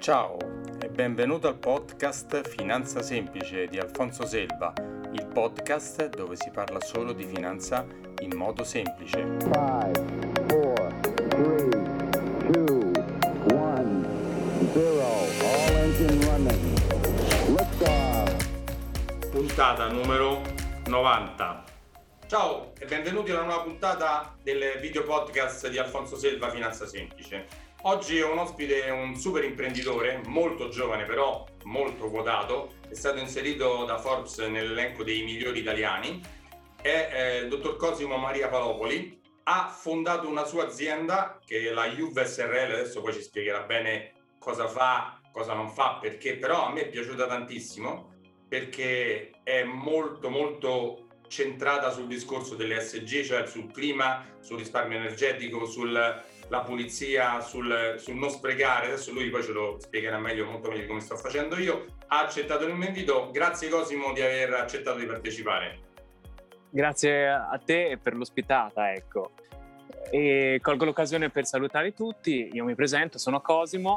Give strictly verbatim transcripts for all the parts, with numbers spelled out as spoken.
Ciao e benvenuto al podcast Finanza Semplice di Alfonso Selva, il podcast dove si parla solo di finanza in modo semplice. five, four, three, two, one, zero. All engine running. Liftoff. Puntata numero novanta. Ciao e benvenuti alla nuova puntata del video podcast di Alfonso Selva Finanza Semplice. Oggi ho un ospite, un super imprenditore, molto giovane però molto quotato, è stato inserito da Forbes nell'elenco dei migliori italiani, è eh, il dottor Cosimo Maria Palopoli, ha fondato una sua azienda che è la Juve S R L, adesso poi ci spiegherà bene cosa fa, cosa non fa, perché però a me è piaciuta tantissimo, perché è molto molto centrata sul discorso delle E S G, cioè sul clima, sul risparmio energetico, sul la pulizia, sul, sul non sprecare. Adesso lui poi ce lo spiegherà meglio, molto meglio di come sto facendo io. Ha accettato il mio invito. Grazie Cosimo di aver accettato di partecipare. Grazie a te per l'ospitata, ecco. E colgo l'occasione per salutare tutti. Io mi presento, sono Cosimo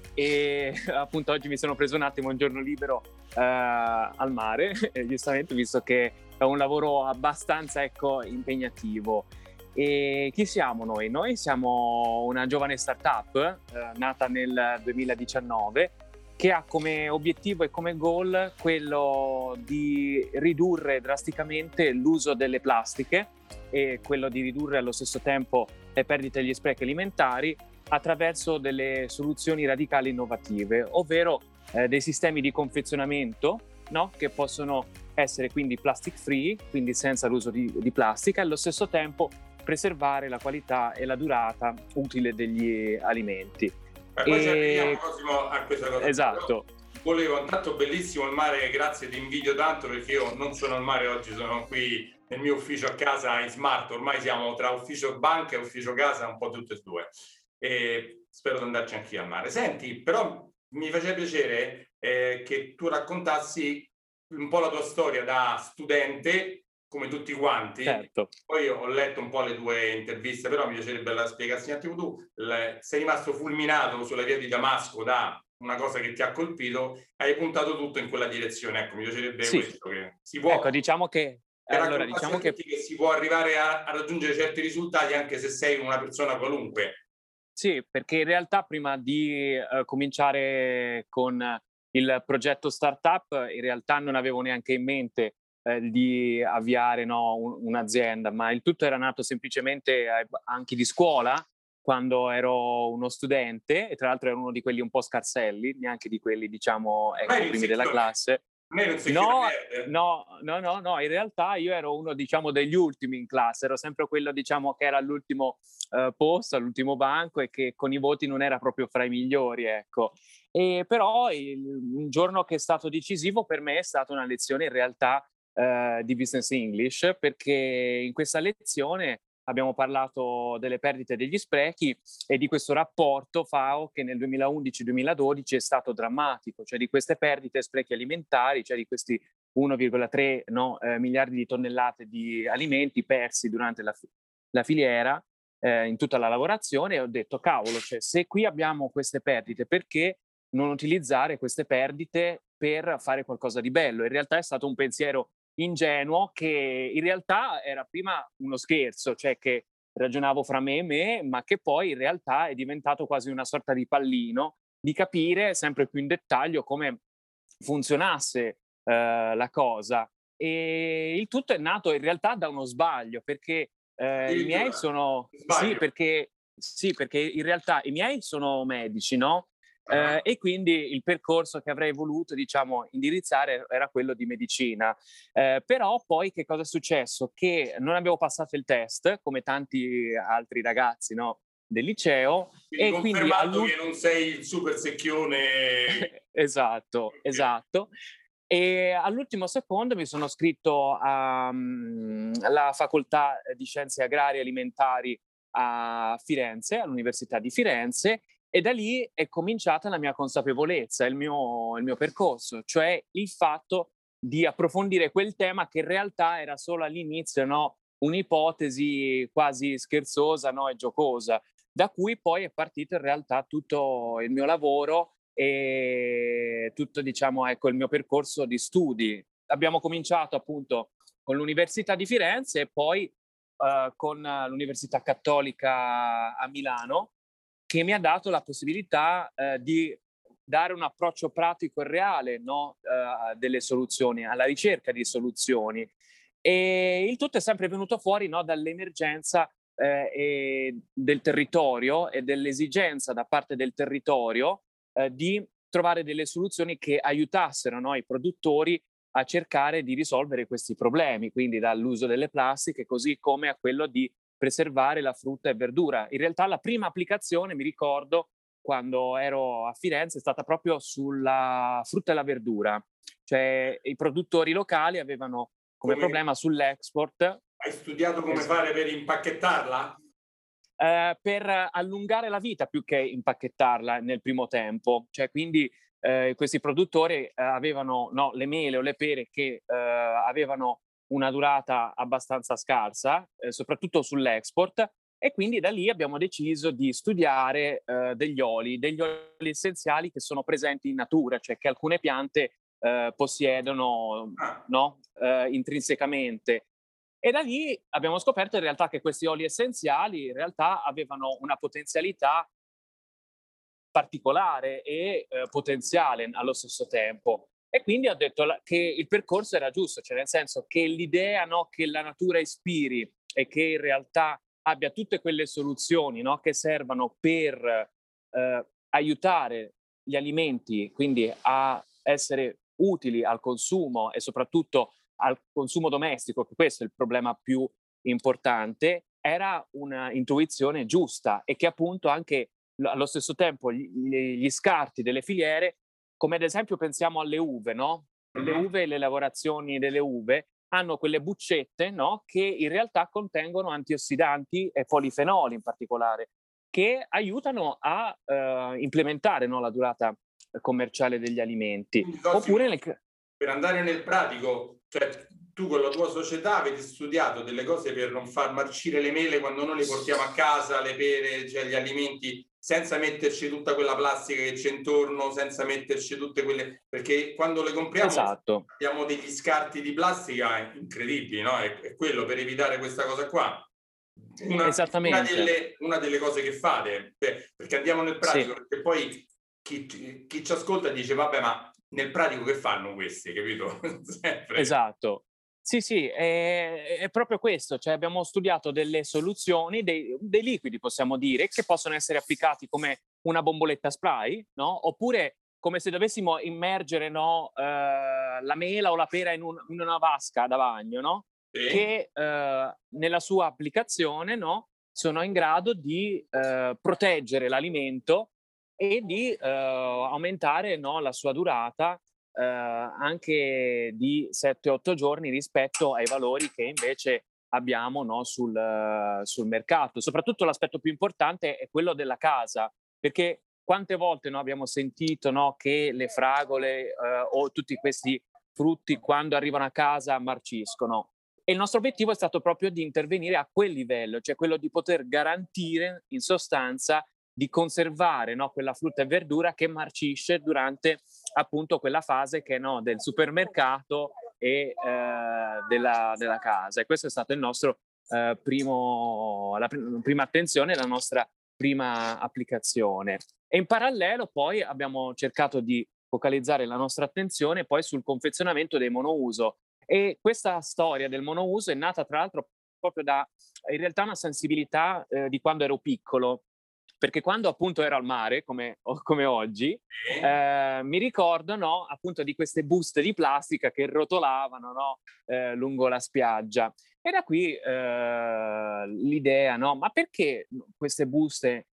e appunto oggi mi sono preso un attimo un giorno libero eh, al mare, giustamente, visto che è un lavoro abbastanza, ecco, impegnativo. E chi siamo noi? Noi siamo una giovane startup eh, nata nel duemiladiciannove che ha come obiettivo e come goal quello di ridurre drasticamente l'uso delle plastiche e quello di ridurre allo stesso tempo le perdite e gli sprechi alimentari attraverso delle soluzioni radicali innovative, ovvero eh, dei sistemi di confezionamento, no? Che possono essere quindi plastic free, quindi senza l'uso di, di plastica, e allo stesso tempo preservare la qualità e la durata utile degli alimenti. Beh, poi e... ci arriviamo Cosimo a questa cosa. Esatto. Però volevo, intanto bellissimo il mare, grazie, ti invidio tanto perché io non sono al mare oggi, sono qui nel mio ufficio a casa in smart, ormai siamo tra ufficio banca e ufficio casa, un po' tutte e due, e spero di andarci anch'io al mare. Senti, però mi faceva piacere eh, che tu raccontassi un po' la tua storia da studente, come tutti quanti. Certo. Poi ho letto un po' le tue interviste, però mi piacerebbe la spiegarsi un attimo tu. Le, sei rimasto fulminato sulla via di Damasco da una cosa che ti ha colpito, hai puntato tutto in quella direzione. Ecco, mi piacerebbe sì. questo, che si può. Ecco, diciamo che allora diciamo che... che si può arrivare a, a raggiungere certi risultati anche se sei una persona qualunque. Sì, perché in realtà prima di uh, cominciare con il progetto startup, in realtà non avevo neanche in mente di avviare no, un, un'azienda, ma il tutto era nato semplicemente anche di scuola, quando ero uno studente, e tra l'altro ero uno di quelli un po' scarselli, neanche di quelli, diciamo, ecco, primi della classe. No, no, no, no, no, in realtà io ero uno, diciamo, degli ultimi in classe, ero sempre quello, diciamo, che era all'ultimo uh, posto, all'ultimo banco e che con i voti non era proprio fra i migliori, ecco. E però il, un giorno che è stato decisivo per me è stata una lezione in realtà Uh, di Business English, perché in questa lezione abbiamo parlato delle perdite e degli sprechi e di questo rapporto F A O che nel duemilaundici duemiladodici è stato drammatico, cioè di queste perdite e sprechi alimentari, cioè di questi uno virgola tre no, eh, miliardi di tonnellate di alimenti persi durante la, la filiera eh, in tutta la lavorazione. E ho detto, cavolo, cioè, se qui abbiamo queste perdite, perché non utilizzare queste perdite per fare qualcosa di bello? In realtà è stato un pensiero ingenuo che in realtà era prima uno scherzo, cioè che ragionavo fra me e me, ma che poi in realtà è diventato quasi una sorta di pallino di capire sempre più in dettaglio come funzionasse eh, la cosa. E il tutto è nato in realtà da uno sbaglio, perché eh, i miei sono sì perché, sì, perché in realtà i miei sono medici, no? Eh, e quindi il percorso che avrei voluto, diciamo, indirizzare era quello di medicina. Eh, però poi che cosa è successo? Che non avevo passato il test, come tanti altri ragazzi, no, del liceo. Quindi e quindi che non sei il super secchione. Esatto, esatto. E all'ultimo secondo mi sono iscritto alla um, facoltà di scienze agrarie e alimentari a Firenze, all'Università di Firenze. E da lì è cominciata la mia consapevolezza, il mio, il mio percorso, cioè il fatto di approfondire quel tema che in realtà era solo all'inizio, no, un'ipotesi quasi scherzosa, no, e giocosa, da cui poi è partito in realtà tutto il mio lavoro e tutto, diciamo, ecco, il mio percorso di studi. Abbiamo cominciato appunto con l'Università di Firenze e poi eh, con l'Università Cattolica a Milano, che mi ha dato la possibilità eh, di dare un approccio pratico e reale, no, eh, delle soluzioni, alla ricerca di soluzioni. E il tutto è sempre venuto fuori, no, dall'emergenza eh, e del territorio e dell'esigenza da parte del territorio eh, di trovare delle soluzioni che aiutassero, no, i produttori a cercare di risolvere questi problemi, quindi dall'uso delle plastiche così come a quello di preservare la frutta e verdura. In realtà la prima applicazione, mi ricordo, quando ero a Firenze, è stata proprio sulla frutta e la verdura. Cioè i produttori locali avevano come, come problema sull'export. Hai studiato come fare per impacchettarla? Eh, per allungare la vita più che impacchettarla nel primo tempo. Cioè, quindi eh, questi produttori eh, avevano, no, le mele o le pere che eh, avevano una durata abbastanza scarsa, eh, soprattutto sull'export, e quindi da lì abbiamo deciso di studiare eh, degli oli, degli oli essenziali che sono presenti in natura, cioè che alcune piante eh, possiedono, no, eh, intrinsecamente. E da lì abbiamo scoperto in realtà che questi oli essenziali in realtà avevano una potenzialità particolare e eh, potenziale allo stesso tempo. E quindi ho detto la, che il percorso era giusto, cioè nel senso che l'idea, no, che la natura ispiri e che in realtà abbia tutte quelle soluzioni, no, che servano per eh, aiutare gli alimenti, quindi a essere utili al consumo e soprattutto al consumo domestico, che questo è il problema più importante, era una intuizione giusta e che appunto anche allo stesso tempo gli, gli scarti delle filiere, come ad esempio pensiamo alle uve, no? Le uve e le lavorazioni delle uve hanno quelle buccette, no, che in realtà contengono antiossidanti e polifenoli in particolare, che aiutano a uh, implementare, no, la durata commerciale degli alimenti. Quindi, Cosimo, oppure nel... per andare nel pratico, cioè tu con la tua società avete studiato delle cose per non far marcire le mele quando noi le portiamo a casa, le pere, cioè gli alimenti, senza metterci tutta quella plastica che c'è intorno, senza metterci tutte quelle... Perché quando le compriamo, esatto, abbiamo degli scarti di plastica incredibili, no? È, è quello, per evitare questa cosa qua. Una, Esattamente. Una delle, una delle cose che fate, beh, perché andiamo nel pratico, sì. Perché poi chi, chi ci ascolta dice, vabbè, ma nel pratico che fanno questi, capito? Sempre. Esatto. Sì, sì, è, è proprio questo, cioè abbiamo studiato delle soluzioni, dei, dei liquidi possiamo dire, che possono essere applicati come una bomboletta spray, no? Oppure come se dovessimo immergere, no, eh, la mela o la pera in, un, in una vasca da bagno, no? Sì. Che eh, nella sua applicazione, no, sono in grado di eh, proteggere l'alimento e di eh, aumentare, no, la sua durata eh, anche di sette otto giorni rispetto ai valori che invece abbiamo, no, sul, uh, sul mercato. Soprattutto l'aspetto più importante è quello della casa, perché quante volte, no, abbiamo sentito, no, che le fragole uh, o tutti questi frutti quando arrivano a casa marciscono. E il nostro obiettivo è stato proprio di intervenire a quel livello, cioè quello di poter garantire in sostanza di conservare, no, quella frutta e verdura che marcisce durante appunto quella fase che, no, del supermercato e eh, della, della casa. E questo è stato il nostro eh, primo, la pr- prima attenzione, la nostra prima applicazione. E in parallelo poi abbiamo cercato di focalizzare la nostra attenzione poi sul confezionamento dei monouso. E questa storia del monouso è nata tra l'altro proprio da, in realtà, una sensibilità eh, di quando ero piccolo. Perché quando appunto ero al mare, come, come oggi, eh, mi ricordo, no, appunto di queste buste di plastica che rotolavano, no, eh, lungo la spiaggia. E da qui eh, l'idea, no, ma perché queste buste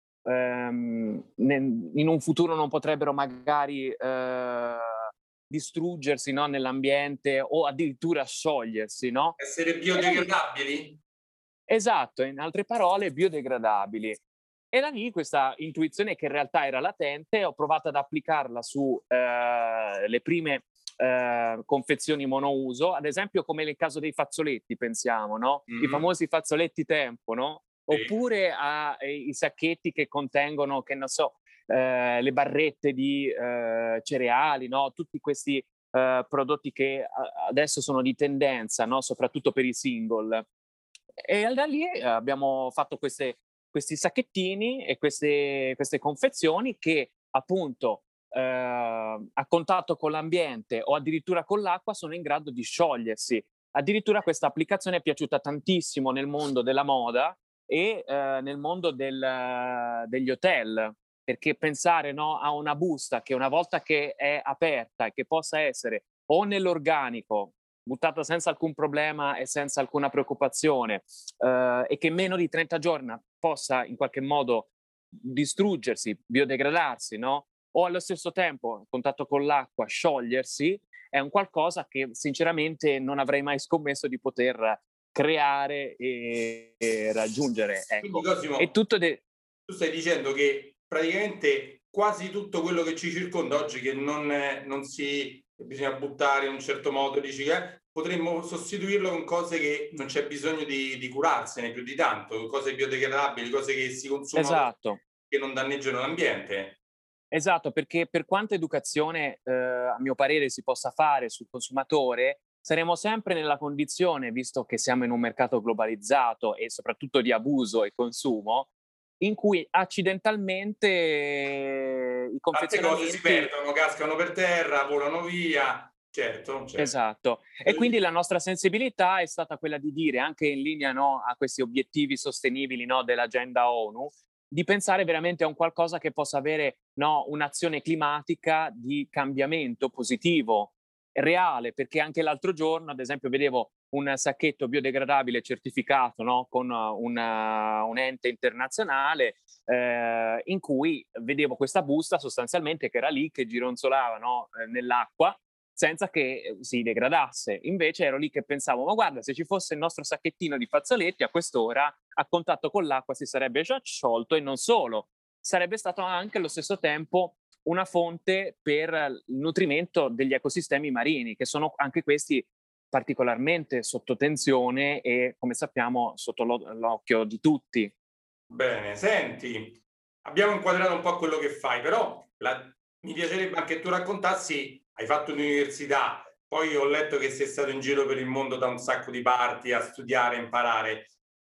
ehm, in un futuro non potrebbero magari eh, distruggersi, no, nell'ambiente o addirittura sciogliersi, no? Essere biodegradabili? Esatto, in altre parole biodegradabili. E da lì questa intuizione, che in realtà era latente, ho provato ad applicarla su eh, le prime eh, confezioni monouso, ad esempio come nel caso dei fazzoletti, pensiamo, no? Mm-hmm. I famosi fazzoletti Tempo, no? Sì. Oppure ai sacchetti che contengono, che non so, eh, le barrette di eh, cereali, no? Tutti questi eh, prodotti che a- adesso sono di tendenza, no? Soprattutto per i single. E da lì eh, abbiamo fatto queste, questi sacchettini e queste, queste confezioni che appunto eh, a contatto con l'ambiente o addirittura con l'acqua sono in grado di sciogliersi. Addirittura questa applicazione è piaciuta tantissimo nel mondo della moda e eh, nel mondo del, degli hotel, perché pensare, no, a una busta che una volta che è aperta e che possa essere o nell'organico, buttata senza alcun problema e senza alcuna preoccupazione, eh, e che in meno di trenta giorni possa in qualche modo distruggersi, biodegradarsi, no? O allo stesso tempo, in contatto con l'acqua, sciogliersi, è un qualcosa che sinceramente non avrei mai scommesso di poter creare e, e raggiungere. Quindi Ecco. E Cosimo, tutto de- tu stai dicendo che praticamente quasi tutto quello che ci circonda oggi, che non, è- non si che bisogna buttare in un certo modo, dici che potremmo sostituirlo con cose che non c'è bisogno di, di curarsene più di tanto, cose biodegradabili, cose che si consumano esatto. che non danneggiano l'ambiente. Esatto, perché per quanta educazione, eh, a mio parere, si possa fare sul consumatore, saremo sempre nella condizione, visto che siamo in un mercato globalizzato e soprattutto di abuso e consumo, in cui accidentalmente eh, i Tante cose si confezionamenti. perdono, cascano per terra, volano via. Certo, certo. Esatto. E quindi la nostra sensibilità è stata quella di dire, anche in linea, no, a questi obiettivi sostenibili, no, dell'agenda ONU, di pensare veramente a un qualcosa che possa avere, no, un'azione climatica di cambiamento positivo, reale, perché anche l'altro giorno, ad esempio, vedevo un sacchetto biodegradabile certificato, no, con una- un ente internazionale, eh, in cui vedevo questa busta sostanzialmente che era lì, che gironzolava, no, eh, nell'acqua, senza che eh, si degradasse. Invece ero lì che pensavo, ma guarda, se ci fosse il nostro sacchettino di fazzoletti, a quest'ora a contatto con l'acqua si sarebbe già sciolto, e non solo, sarebbe stato anche allo stesso tempo una fonte per il nutrimento degli ecosistemi marini, che sono anche questi particolarmente sotto tensione e, come sappiamo, sotto l'o- l'occhio di tutti. Bene, senti, abbiamo inquadrato un po' quello che fai, però la- mi piacerebbe anche che tu raccontassi, hai fatto l'università, poi ho letto che sei stato in giro per il mondo da un sacco di parti a studiare, a imparare.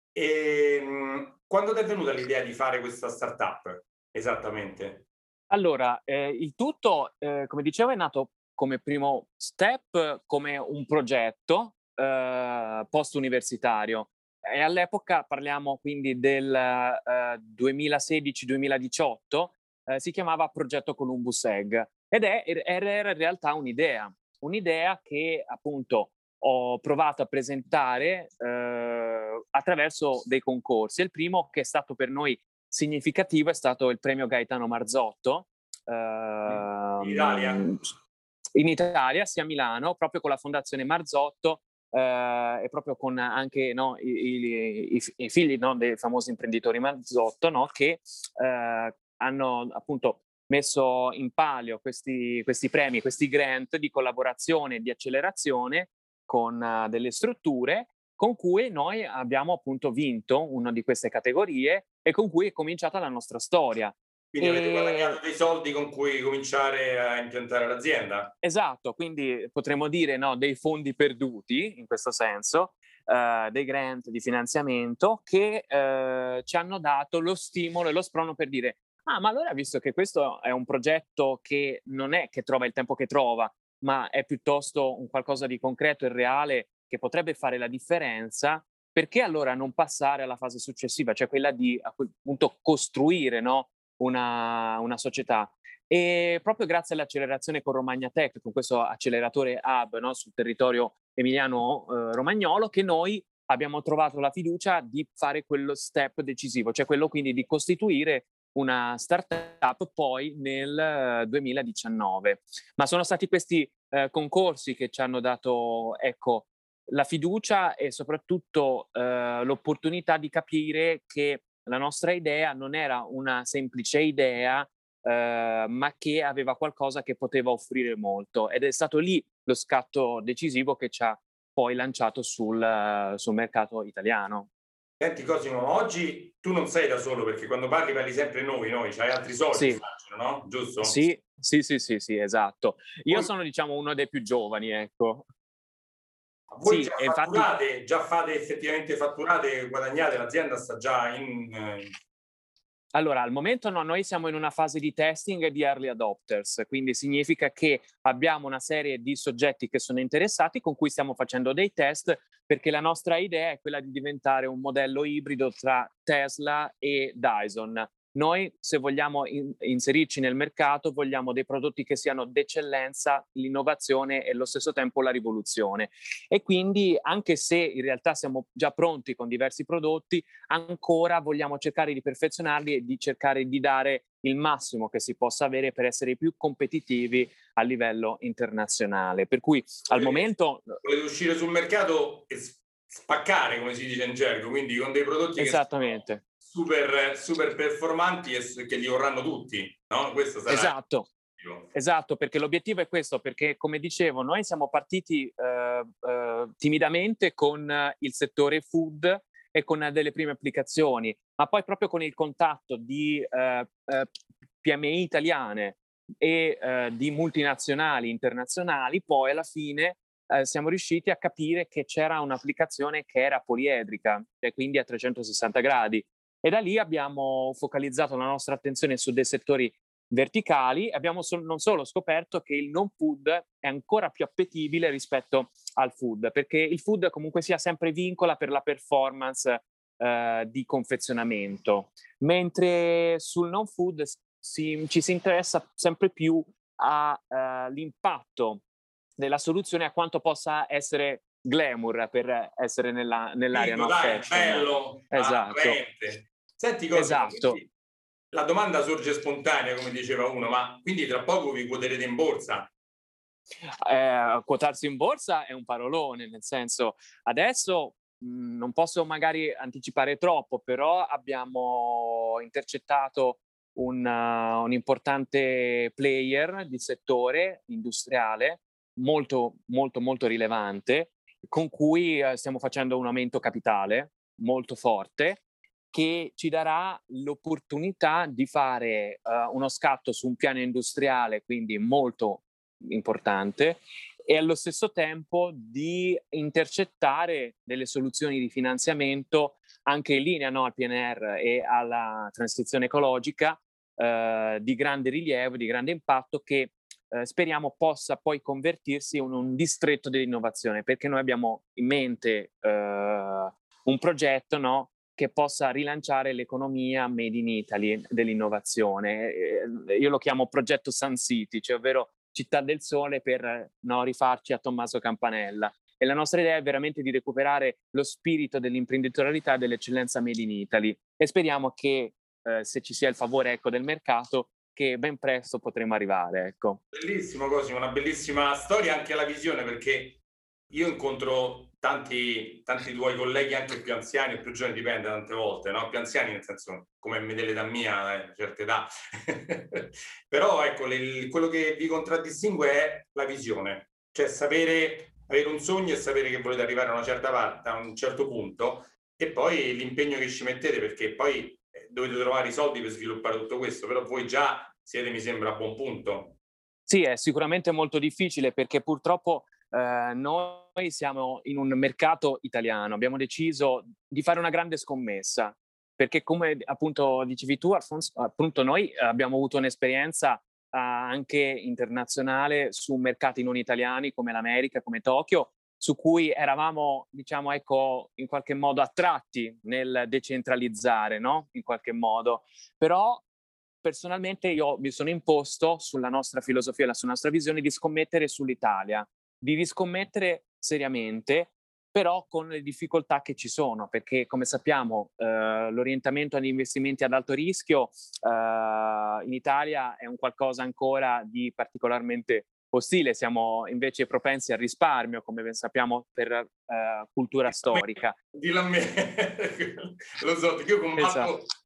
E, mh, quando ti è venuta l'idea di fare questa startup? Esattamente. Allora, eh, il tutto, eh, come dicevo, è nato come primo step, come un progetto eh, post-universitario. E all'epoca, parliamo quindi del eh, duemilasedici-duemiladiciotto, eh, si chiamava Progetto Columbus Egg, ed è, er, era in realtà un'idea, un'idea che appunto ho provato a presentare eh, attraverso dei concorsi. Il primo, che è stato per noi significativo, è stato il premio Gaetano Marzotto, In Italia? ehm, in Italia, sia a Milano, proprio con la Fondazione Marzotto, eh, e proprio con anche, no, i, i- i- i figli, no, dei famosi imprenditori Marzotto, no, che eh, hanno appunto messo in palio questi, questi premi, questi grant di collaborazione e di accelerazione con uh, delle strutture, con cui noi abbiamo appunto vinto una di queste categorie e con cui è cominciata la nostra storia. Quindi avete guadagnato E dei soldi con cui cominciare a impiantare l'azienda? esatto, quindi potremmo dire, no, dei fondi perduti in questo senso, eh, dei grant di finanziamento che eh, ci hanno dato lo stimolo e lo sprono per dire: ah, ma allora, visto che questo è un progetto che non è che trova il tempo che trova, ma è piuttosto un qualcosa di concreto e reale che potrebbe fare la differenza, perché allora non passare alla fase successiva, cioè quella di a quel punto costruire, no, una, una società? E proprio grazie all'accelerazione con Romagna Tech, con questo acceleratore hub, no, sul territorio emiliano-romagnolo, che noi abbiamo trovato la fiducia di fare quello step decisivo, cioè quello quindi di costituire una startup poi nel eh, duemiladiciannove. Ma sono stati questi eh, concorsi che ci hanno dato, ecco, la fiducia e soprattutto eh, l'opportunità di capire che la nostra idea non era una semplice idea, eh, ma che aveva qualcosa che poteva offrire molto. Ed è stato lì lo scatto decisivo che ci ha poi lanciato sul, sul mercato italiano. Senti Cosimo, oggi tu non sei da solo perché quando parli parli sempre noi, noi, c'hai altri soci, Sì, immagino. no? Giusto? Sì, sì, sì, sì, sì, esatto. Io Voi, sono, diciamo, uno dei più giovani, ecco. voi Sì, già e infatti fatturate, già fate effettivamente fatturate, guadagnate, l'azienda sta già in... eh, allora, al momento no, noi siamo in una fase di testing e di early adopters, quindi significa che abbiamo una serie di soggetti che sono interessati con cui stiamo facendo dei test, perché la nostra idea è quella di diventare un modello ibrido tra Tesla e Dyson. Noi, se vogliamo in- inserirci nel mercato, vogliamo dei prodotti che siano d'eccellenza, l'innovazione e allo stesso tempo la rivoluzione. E quindi, anche se in realtà siamo già pronti con diversi prodotti, ancora vogliamo cercare di perfezionarli e di cercare di dare il massimo che si possa avere per essere i più competitivi a livello internazionale. Per cui al volete, momento, volete uscire sul mercato e s- spaccare, come si dice in gergo, quindi con dei prodotti che sono esattamente, super, super performanti e s- che li vorranno tutti, no? Questo sarà il esatto. obiettivo. Esatto, perché l'obiettivo è questo, perché come dicevo, noi siamo partiti eh, eh, timidamente con eh, il settore food e con eh, delle prime applicazioni, ma poi proprio con il contatto di eh, eh, P M I italiane e eh, di multinazionali internazionali, poi alla fine eh, siamo riusciti a capire che c'era un'applicazione che era poliedrica, e quindi a trecentosessanta gradi. E da lì abbiamo focalizzato la nostra attenzione su dei settori verticali. Abbiamo sol- non solo scoperto che il non food è ancora più appetibile rispetto al food, perché il food comunque sia sempre vincola per la performance eh, di confezionamento, mentre sul non food si- ci si interessa sempre più all'impatto della soluzione, a quanto possa essere glamour per essere nella, nell'area Figo, no dai, fashion. bello, Esatto, attraente. Senti Cosimo, esatto. quindi la domanda sorge spontanea, come diceva uno, ma quindi tra poco vi quoterete in borsa? Eh, quotarsi in borsa è un parolone, nel senso, adesso mh, non posso magari anticipare troppo, però abbiamo intercettato un, uh, un importante player di settore industriale molto, molto, molto rilevante, con cui eh, stiamo facendo un aumento capitale molto forte, che ci darà l'opportunità di fare uh, uno scatto su un piano industriale, quindi molto importante, e allo stesso tempo di intercettare delle soluzioni di finanziamento anche in linea, no, al P N R R e alla transizione ecologica eh, di grande rilievo, di grande impatto, che eh, speriamo possa poi convertirsi in un distretto dell'innovazione, perché noi abbiamo in mente eh, un progetto, no, che possa rilanciare l'economia made in Italy dell'innovazione. Eh, io lo chiamo progetto Sun City, cioè ovvero Città del Sole, per no, rifarci a Tommaso Campanella. E la nostra idea è veramente di recuperare lo spirito dell'imprenditorialità e dell'eccellenza made in Italy, e speriamo che eh, se ci sia il favore, ecco, del mercato, che ben presto potremo arrivare, ecco. Bellissimo Cosimo, una bellissima storia, anche la visione, perché io incontro tanti, tanti tuoi colleghi anche più anziani o più giovani, dipende tante volte, no? Più anziani nel senso come me dell'età mia, eh, certa età. Però ecco, le, quello che vi contraddistingue è la visione, cioè sapere, avere un sogno e sapere che volete arrivare a una certa parte, a un certo punto, e poi l'impegno che ci mettete, perché poi eh, dovete trovare i soldi per sviluppare tutto questo, però voi già siete, mi sembra, a buon punto. Sì, è sicuramente molto difficile, perché purtroppo eh, noi siamo in un mercato italiano, abbiamo deciso di fare una grande scommessa, perché come appunto dicevi tu, Alfonso, appunto noi abbiamo avuto un'esperienza eh, anche internazionale su mercati non italiani come l'America, come Tokyo, su cui eravamo, diciamo, ecco, in qualche modo attratti nel decentralizzare, no? In qualche modo. Però personalmente io mi sono imposto, sulla nostra filosofia, sulla nostra visione, di scommettere sull'Italia, di riscommettere seriamente, però con le difficoltà che ci sono, perché come sappiamo eh, l'orientamento agli investimenti ad alto rischio eh, in Italia è un qualcosa ancora di particolarmente ostile. Siamo invece propensi al risparmio, come ben sappiamo, per eh, cultura storica. Dillo a me, lo so, perché io Esatto. combatto,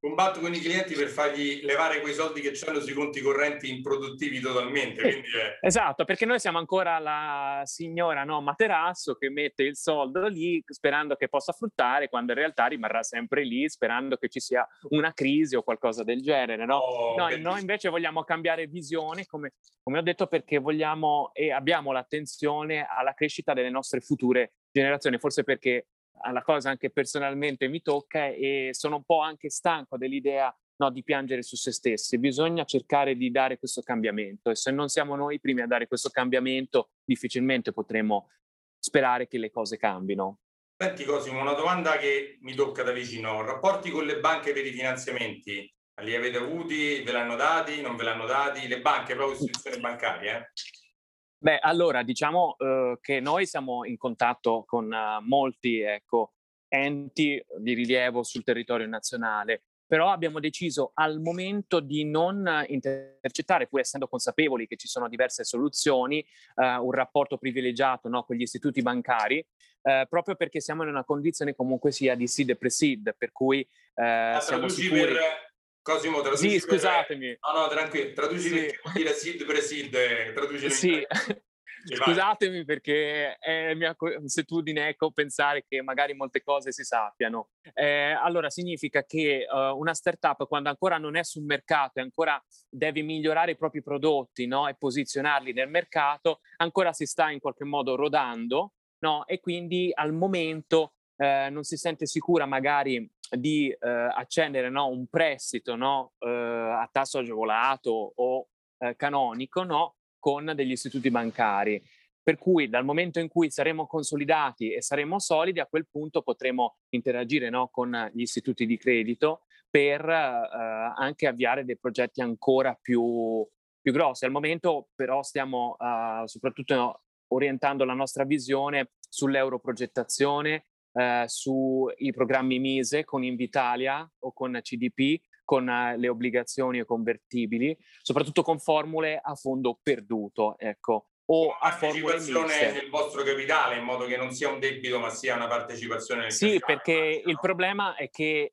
combatto con i clienti per fargli levare quei soldi che hanno sui conti correnti improduttivi totalmente. Quindi è... Esatto, perché noi siamo ancora la signora, no, materasso che mette il soldo lì sperando che possa fruttare, quando in realtà rimarrà sempre lì sperando che ci sia una crisi o qualcosa del genere, no? Oh, no bellissimo. noi invece vogliamo cambiare visione, come, come ho detto, perché vogliamo e abbiamo l'attenzione alla crescita delle nostre future generazioni, forse perché la cosa anche personalmente mi tocca e sono un po' anche stanco dell'idea, no, di piangere su se stessi. Bisogna cercare di dare questo cambiamento, e se non siamo noi i primi a dare questo cambiamento difficilmente potremo sperare che le cose cambino. Senti Cosimo, una domanda che mi tocca da vicino: rapporti con le banche per i finanziamenti, li avete avuti? Ve l'hanno dati? Non ve l'hanno dati? Le banche, proprio istituzioni bancarie? Eh? Beh, allora diciamo eh, che noi siamo in contatto con uh, molti ecco, enti di rilievo sul territorio nazionale, però abbiamo deciso al momento di non intercettare, pur essendo consapevoli che ci sono diverse soluzioni, uh, un rapporto privilegiato, no, con gli istituti bancari, uh, proprio perché siamo in una condizione comunque sia di seed e pre-seed, per cui uh, siamo sicuri... Per... Cosimo, traduci sì, per... scusatemi. No, no, tranquillo, traduci sì. perché vuol dire seed pre-seed, traducilo in sì. Sì, Scusatemi perché è mia consuetudine ecco, pensare che magari molte cose si sappiano. Eh, allora significa che uh, una startup quando ancora non è sul mercato e ancora deve migliorare i propri prodotti, no? E posizionarli nel mercato, ancora si sta in qualche modo rodando, no? E quindi al momento eh, non si sente sicura magari di eh, accendere, no? Un prestito, no? eh, a tasso agevolato o eh, canonico, no? Con degli istituti bancari, per cui dal momento in cui saremo consolidati e saremo solidi, a quel punto potremo interagire, no, con gli istituti di credito per eh, anche avviare dei progetti ancora più, più grossi. Al momento però stiamo eh, soprattutto orientando la nostra visione sull'europrogettazione, eh, sui programmi MISE con Invitalia o con C D P, con uh, le obbligazioni convertibili, soprattutto con formule a fondo perduto, ecco, o a formule miste. Nel vostro capitale, in modo che non sia un debito ma sia una partecipazione nel sì, capitale. Sì, perché immagino, il no? problema è che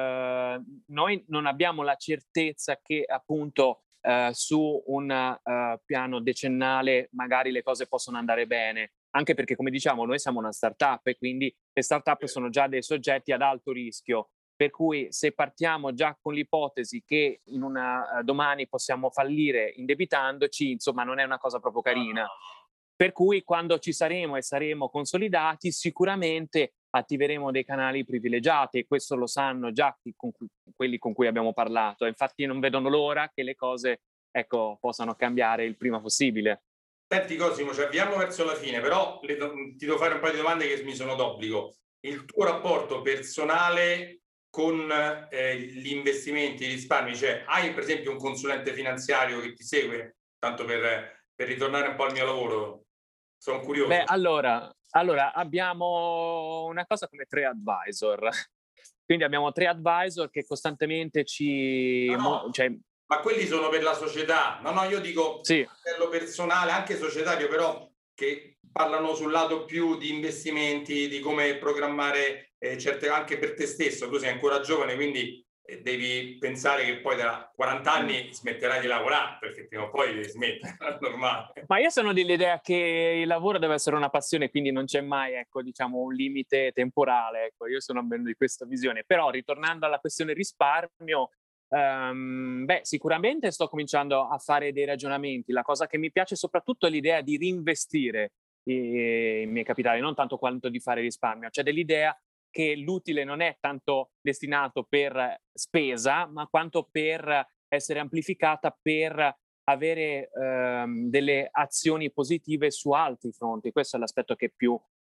eh, noi non abbiamo la certezza che appunto eh, su un uh, piano decennale magari le cose possono andare bene, anche perché come diciamo noi siamo una startup e quindi le startup Sì. sono già dei soggetti ad alto rischio. Per cui se partiamo già con l'ipotesi che in una, uh, domani possiamo fallire indebitandoci, insomma non è una cosa proprio carina. Per cui quando ci saremo e saremo consolidati sicuramente attiveremo dei canali privilegiati e questo lo sanno già con cui, quelli con cui abbiamo parlato. Infatti non vedono l'ora che le cose ecco, possano cambiare il prima possibile. Senti Cosimo, ci avviamo verso la fine, però le do, ti devo fare un paio di domande che mi sono d'obbligo. Il tuo rapporto personale con eh, gli investimenti, i risparmi, cioè hai per esempio un consulente finanziario che ti segue, tanto per, per ritornare un po' al mio lavoro? Sono curioso. Beh, allora, allora abbiamo una cosa come tre advisor. Quindi abbiamo tre advisor che costantemente ci... No, no, cioè... ma quelli sono per la società. No, no, io dico sì. a livello personale, anche societario, però che parlano sul lato più di investimenti, di come programmare eh, certe, anche per te stesso. Tu sei ancora giovane, quindi eh, devi pensare che poi da quaranta anni smetterai di lavorare, perché prima o poi devi smettere, è normale. Ma io sono dell'idea che il lavoro deve essere una passione, quindi non c'è mai, ecco, diciamo, un limite temporale. Ecco, io sono almeno di questa visione. Però, ritornando alla questione risparmio, um, beh, sicuramente sto cominciando a fare dei ragionamenti. La cosa che mi piace soprattutto è l'idea di reinvestire i, i miei capitali, non tanto quanto di fare risparmio. C'è dell'idea che l'utile non è tanto destinato per spesa, ma quanto per essere amplificata per avere ehm, delle azioni positive su altri fronti. Questo è l'aspetto che più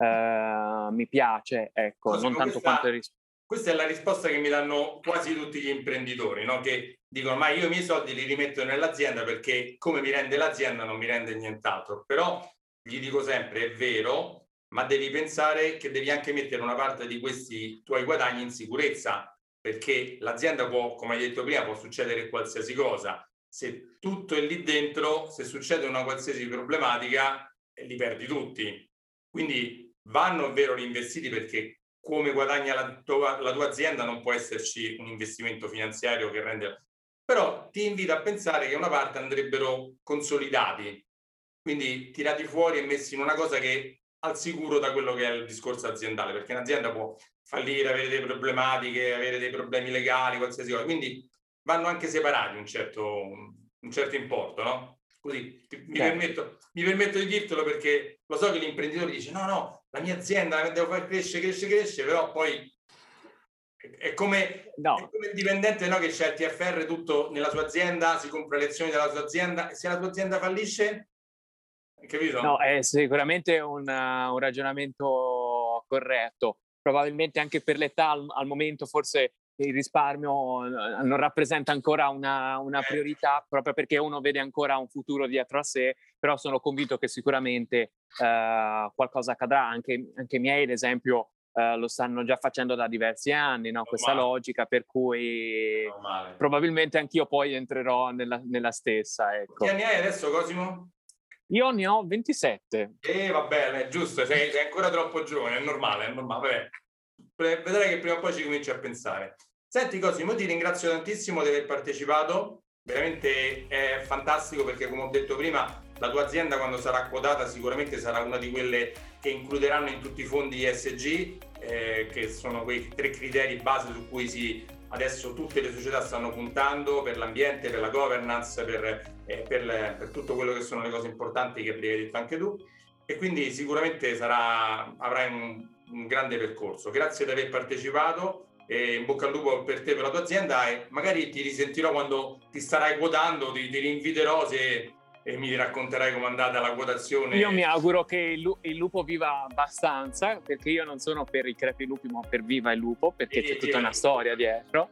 eh, mi piace, ecco, Cosimo, non tanto questa, quanto il risparmio. Questa è la risposta che mi danno quasi tutti gli imprenditori, no? Che dicono: ma io i miei soldi li rimetto nell'azienda perché come mi rende l'azienda non mi rende nient'altro. Però gli dico sempre: è vero, ma devi pensare che devi anche mettere una parte di questi tuoi guadagni in sicurezza, perché l'azienda può, come hai detto prima, può succedere qualsiasi cosa. Se tutto è lì dentro, se succede una qualsiasi problematica, li perdi tutti. Quindi vanno, è vero, reinvestiti, perché come guadagna la tua, la tua azienda non può esserci un investimento finanziario che rende... Però ti invito a pensare che una parte andrebbero consolidati, quindi tirati fuori e messi in una cosa che al sicuro da quello che è il discorso aziendale, perché un'azienda può fallire, avere delle problematiche, avere dei problemi legali, qualsiasi cosa, quindi vanno anche separati un certo, un certo importo, no? Così mi, Certo. permetto, mi permetto di dirtelo perché lo so che l'imprenditore dice no, no, la mia azienda la devo far crescere, crescere, crescere, però poi è come, No. è come il dipendente, no, che c'è il T F R tutto nella sua azienda, si compra le azioni della sua azienda e se la tua azienda fallisce, hai capito? No, è sicuramente un, un ragionamento corretto. Probabilmente anche per l'età al, al momento forse il risparmio non rappresenta ancora una, una priorità, proprio perché uno vede ancora un futuro dietro a sé, però sono convinto che sicuramente uh, qualcosa accadrà. Anche, anche i miei, ad esempio, uh, lo stanno già facendo da diversi anni, no? Questa logica, per cui Normale. Probabilmente anch'io poi entrerò nella, nella stessa. Ecco. Che anni hai adesso, Cosimo? Io ne ho ventisette. Eh, vabbè, è giusto, sei, sei ancora troppo giovane, è normale, è normale. Vabbè. Vedrai che prima o poi ci cominci a pensare. Senti Cosimo, ti ringrazio tantissimo di aver partecipato, veramente è fantastico perché come ho detto prima, la tua azienda quando sarà quotata sicuramente sarà una di quelle che includeranno in tutti i fondi E S G, eh, che sono quei tre criteri base su cui si... Adesso tutte le società stanno puntando per l'ambiente, per la governance, per, eh, per, le, per tutto quello che sono le cose importanti che hai detto anche tu e quindi sicuramente sarà, avrai un, un grande percorso. Grazie di aver partecipato e in bocca al lupo per te e per la tua azienda e magari ti risentirò quando ti starai quotando, ti, ti rinviterò se, e mi racconterai com'è andata la quotazione. Io mi auguro che il, il lupo viva abbastanza, perché io non sono per i crepilupi ma per viva il lupo, perché c'è tutta una storia dietro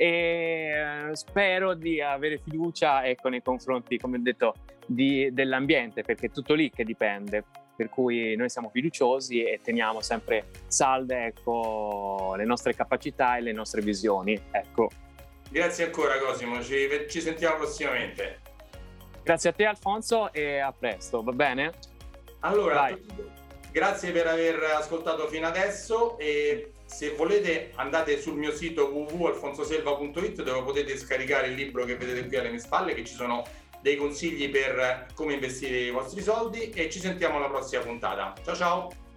e spero di avere fiducia, ecco, nei confronti, come ho detto, di, dell'ambiente, perché è tutto lì che dipende, per cui noi siamo fiduciosi e teniamo sempre salde, ecco, le nostre capacità e le nostre visioni, ecco. Grazie ancora Cosimo, ci, ci sentiamo prossimamente. Grazie a te Alfonso e a presto, va bene? Allora, grazie per aver ascoltato fino adesso e se volete andate sul mio sito w w w punto alfonsoselva punto it dove potete scaricare il libro che vedete qui alle mie spalle, che ci sono dei consigli per come investire i vostri soldi e ci sentiamo alla prossima puntata. Ciao ciao!